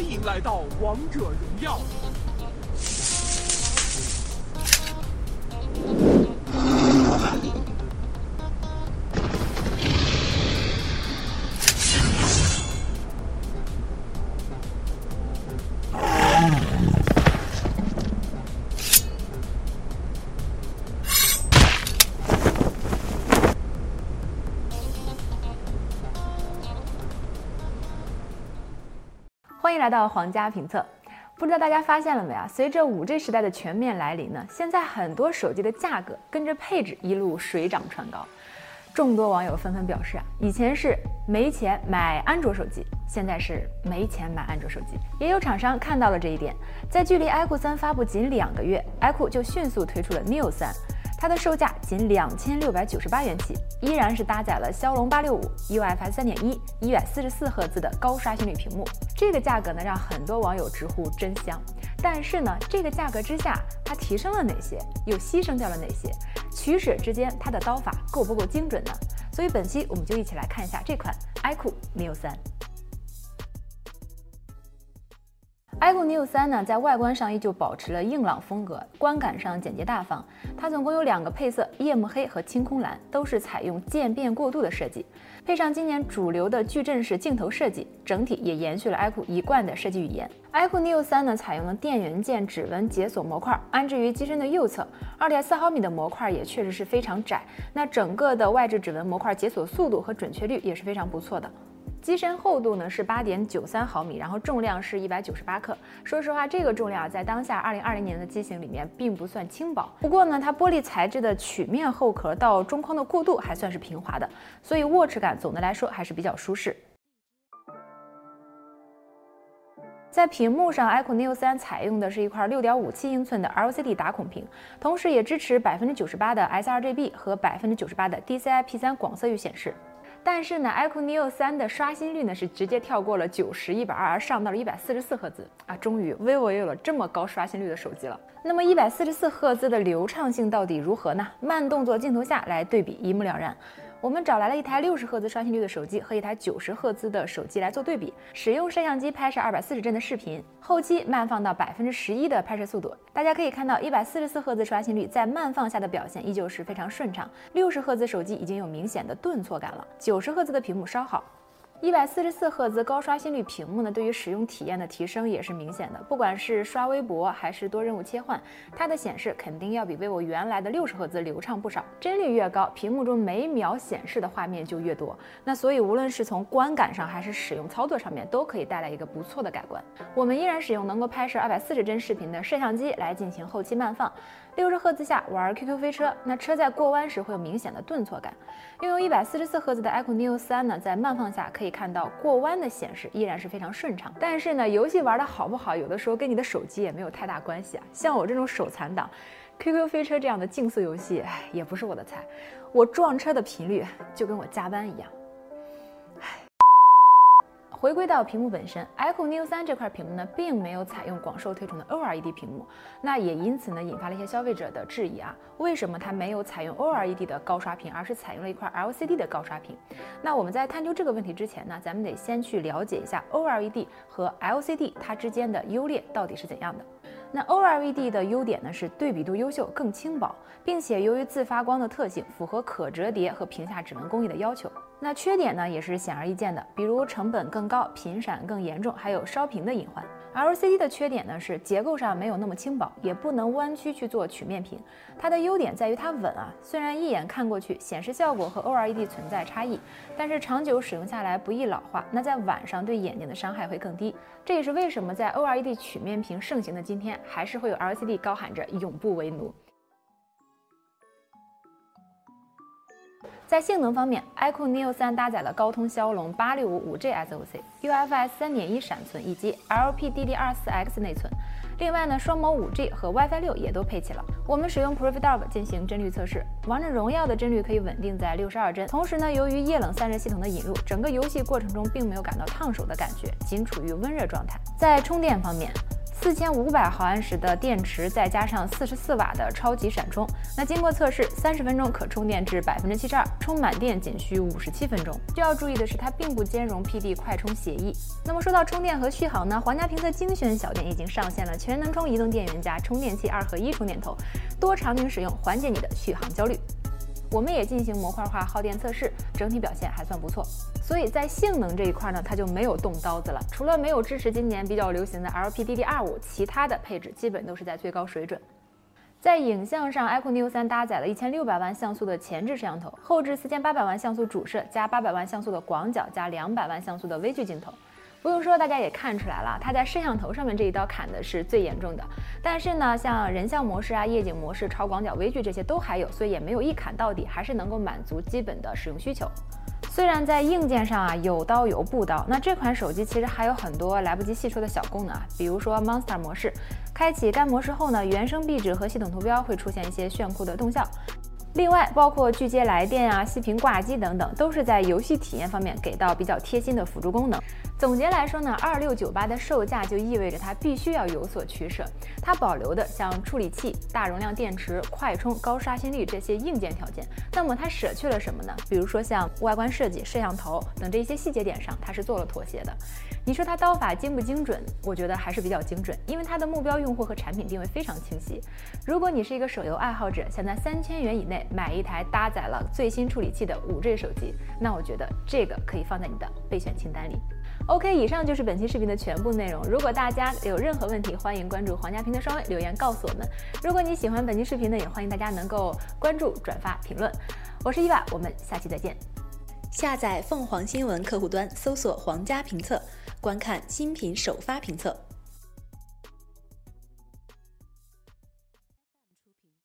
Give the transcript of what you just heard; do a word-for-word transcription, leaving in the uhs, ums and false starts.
迎来到王者荣耀。 欢迎来到皇家评测。不知道大家发现了没啊？随着 五 G 时代的全面来临呢，现在很多手机的价格跟着配置一路水涨船高。众多网友纷纷表示啊，以前是没钱买安卓手机，现在是没钱买安卓手机。也有厂商看到了这一点，在距离 iQOO 三发布仅两个月 ，iQOO 就迅速推出了 Neo 三。它的售价仅两千六百九十八元起，依然是搭载了骁龙八六五、U F S 三点一、一百四十四赫兹的高刷新率屏幕。这个价格呢，让很多网友直呼真香。但是呢，这个价格之下，它提升了哪些，又牺牲掉了哪些？取舍之间，它的刀法够不够精准呢？所以本期我们就一起来看一下这款 iQOO Neo 三。iQOO Neo 三呢，在外观上依旧保持了硬朗风格，观感上简洁大方。它总共有两个配色，夜幕黑和清空蓝，都是采用渐变过渡的设计，配上今年主流的矩阵式镜头设计，整体也延续了 iQOO 一贯的设计语言。iQOO Neo 三呢，采用了电源键指纹解锁模块，安置于机身的右侧， 二点四毫米的模块也确实是非常窄。那整个的外置指纹模块解锁速度和准确率也是非常不错的。机身厚度呢是 八点九三毫米，然后重量是一百九十八克。说实话，这个重量在当下二零二零年的机型里面并不算轻薄。不过呢，它玻璃材质的曲面后壳到中框的过渡还算是平滑的，所以握持感总的来说还是比较舒适。在屏幕上 ，iQOO Neo 三采用的是一块 六点五七英寸的 L C D 打孔屏，同时也支持 百分之九十八 的 S R G B 和 百分之九十八 的 D C I P 三 广色域显示。但是呢 ，iQOO Neo 三的刷新率呢是直接跳过了九十、一百二，而上到了一百四十四赫兹啊！终于 vivo 也有了这么高刷新率的手机了。那么一百四十四赫兹的流畅性到底如何呢？慢动作镜头下来对比一目了然。我们找来了一台六十赫兹刷新率的手机和一台九十赫兹的手机来做对比，使用摄像机拍摄二百四十帧的视频，后期慢放到百分之十一的拍摄速度。大家可以看到，一百四十四赫兹刷新率在慢放下的表现依旧是非常顺畅。六十赫兹手机已经有明显的顿挫感了，九十赫兹的屏幕稍好。一百四十四赫兹高刷新率屏幕呢，对于使用体验的提升也是明显的。不管是刷微博还是多任务切换，它的显示肯定要比 vivo 原来的六十赫兹流畅不少。帧率越高，屏幕中每秒显示的画面就越多。那所以无论是从观感上还是使用操作上面，都可以带来一个不错的改观。我们依然使用能够拍摄二百四十帧视频的摄像机来进行后期慢放。六十赫兹下玩 Q Q 飞车，那车在过弯时会有明显的顿挫感。拥有一百四十四赫兹的 iQOO Neo 三呢，在慢放下可以看到过弯的显示依然是非常顺畅。但是呢，游戏玩的好不好，有的时候跟你的手机也没有太大关系啊。像我这种手残党 ，Q Q 飞车这样的竞速游戏，哎，也不是我的菜。我撞车的频率就跟我加班一样。回归到屏幕本身 ，iQOO Neo 三这块屏幕呢，并没有采用广受推崇的 O L E D 屏幕，那也因此呢，引发了一些消费者的质疑啊，为什么它没有采用 O L E D 的高刷屏，而是采用了一块 L C D 的高刷屏？那我们在探究这个问题之前呢，咱们得先去了解一下 O L E D 和 L C D 它之间的优劣到底是怎样的。那 O L E D 的优点呢是对比度优秀、更轻薄，并且由于自发光的特性，符合可折叠和屏下指纹工艺的要求。那缺点呢也是显而易见的，比如成本更高、频闪更严重，还有烧屏的隐患。L C D 的缺点呢是结构上没有那么轻薄，也不能弯曲去做曲面屏。它的优点在于它稳啊，虽然一眼看过去显示效果和 O L E D 存在差异，但是长久使用下来不易老化，那在晚上对眼睛的伤害会更低。这也是为什么在 O L E D 曲面屏盛行的今天，还是会有 L C D 高喊着永不为奴。在性能方面 ，iQOO Neo 三搭载了高通骁龙八六五五 G S O C、U F S 三点一闪存以及 L P D D R 四 X 内存。另外呢，双模 五 G 和 WiFi 六也都配齐了。我们使用 ProfitDog 进行帧率测试，王者荣耀的帧率可以稳定在六十二帧。同时呢，由于液冷散热系统的引入，整个游戏过程中并没有感到烫手的感觉，仅处于温热状态。在充电方面， 四千五百毫安时的电池，再加上四十四瓦的超级闪充。那经过测试，三十分钟可充电至百分之七十二，充满电仅需五十七分钟。需要注意的是，它并不兼容 P D 快充协议。那么说到充电和续航呢，皇家评测精选小店已经上线了全能充移动电源加充电器二合一充电头，多场景使用，缓解你的续航焦虑。我们也进行模块化耗电测试，整体表现还算不错。所以在性能这一块呢，它就没有动刀子了。除了没有支持今年比较流行的 L P D D R 五，其他的配置基本都是在最高水准。在影像上 ，iQOO Neo 三搭载了一千六百万像素的前置摄像头，后置四千八百万像素主摄加八百万像素的广角加两百万像素的微距镜头。不用说，大家也看出来了，它在摄像头上面这一刀砍的是最严重的。但是呢，像人像模式啊、夜景模式、超广角微距这些都还有，所以也没有一砍到底，还是能够满足基本的使用需求。虽然在硬件上啊有刀有不刀，那这款手机其实还有很多来不及细说的小功能啊，比如说 Monster 模式，开启该模式后呢，原生壁纸和系统图标会出现一些炫酷的动效。另外，包括拒接来电啊、息屏挂机等等，都是在游戏体验方面给到比较贴心的辅助功能。总结来说呢，二六九八的售价就意味着它必须要有所取舍。它保留的像处理器、大容量电池、快充、高刷新率这些硬件条件，那么它舍去了什么呢？比如说像外观设计、摄像头等这些细节点上，它是做了妥协的。你说它刀法精不精准？我觉得还是比较精准，因为它的目标用户和产品定位非常清晰。如果你是一个手游爱好者，想在三千元以内买一台搭载了最新处理器的 五 G 手机，那我觉得这个可以放在你的备选清单里。OK， 以上就是本期视频的全部内容。如果大家有任何问题，欢迎关注皇家评测双微留言告诉我们。如果你喜欢本期视频呢，也欢迎大家能够关注、转发、评论。我是伊娃，我们下期再见。 下载凤凰新闻客户端，搜索皇家评测，观看新品首发评测。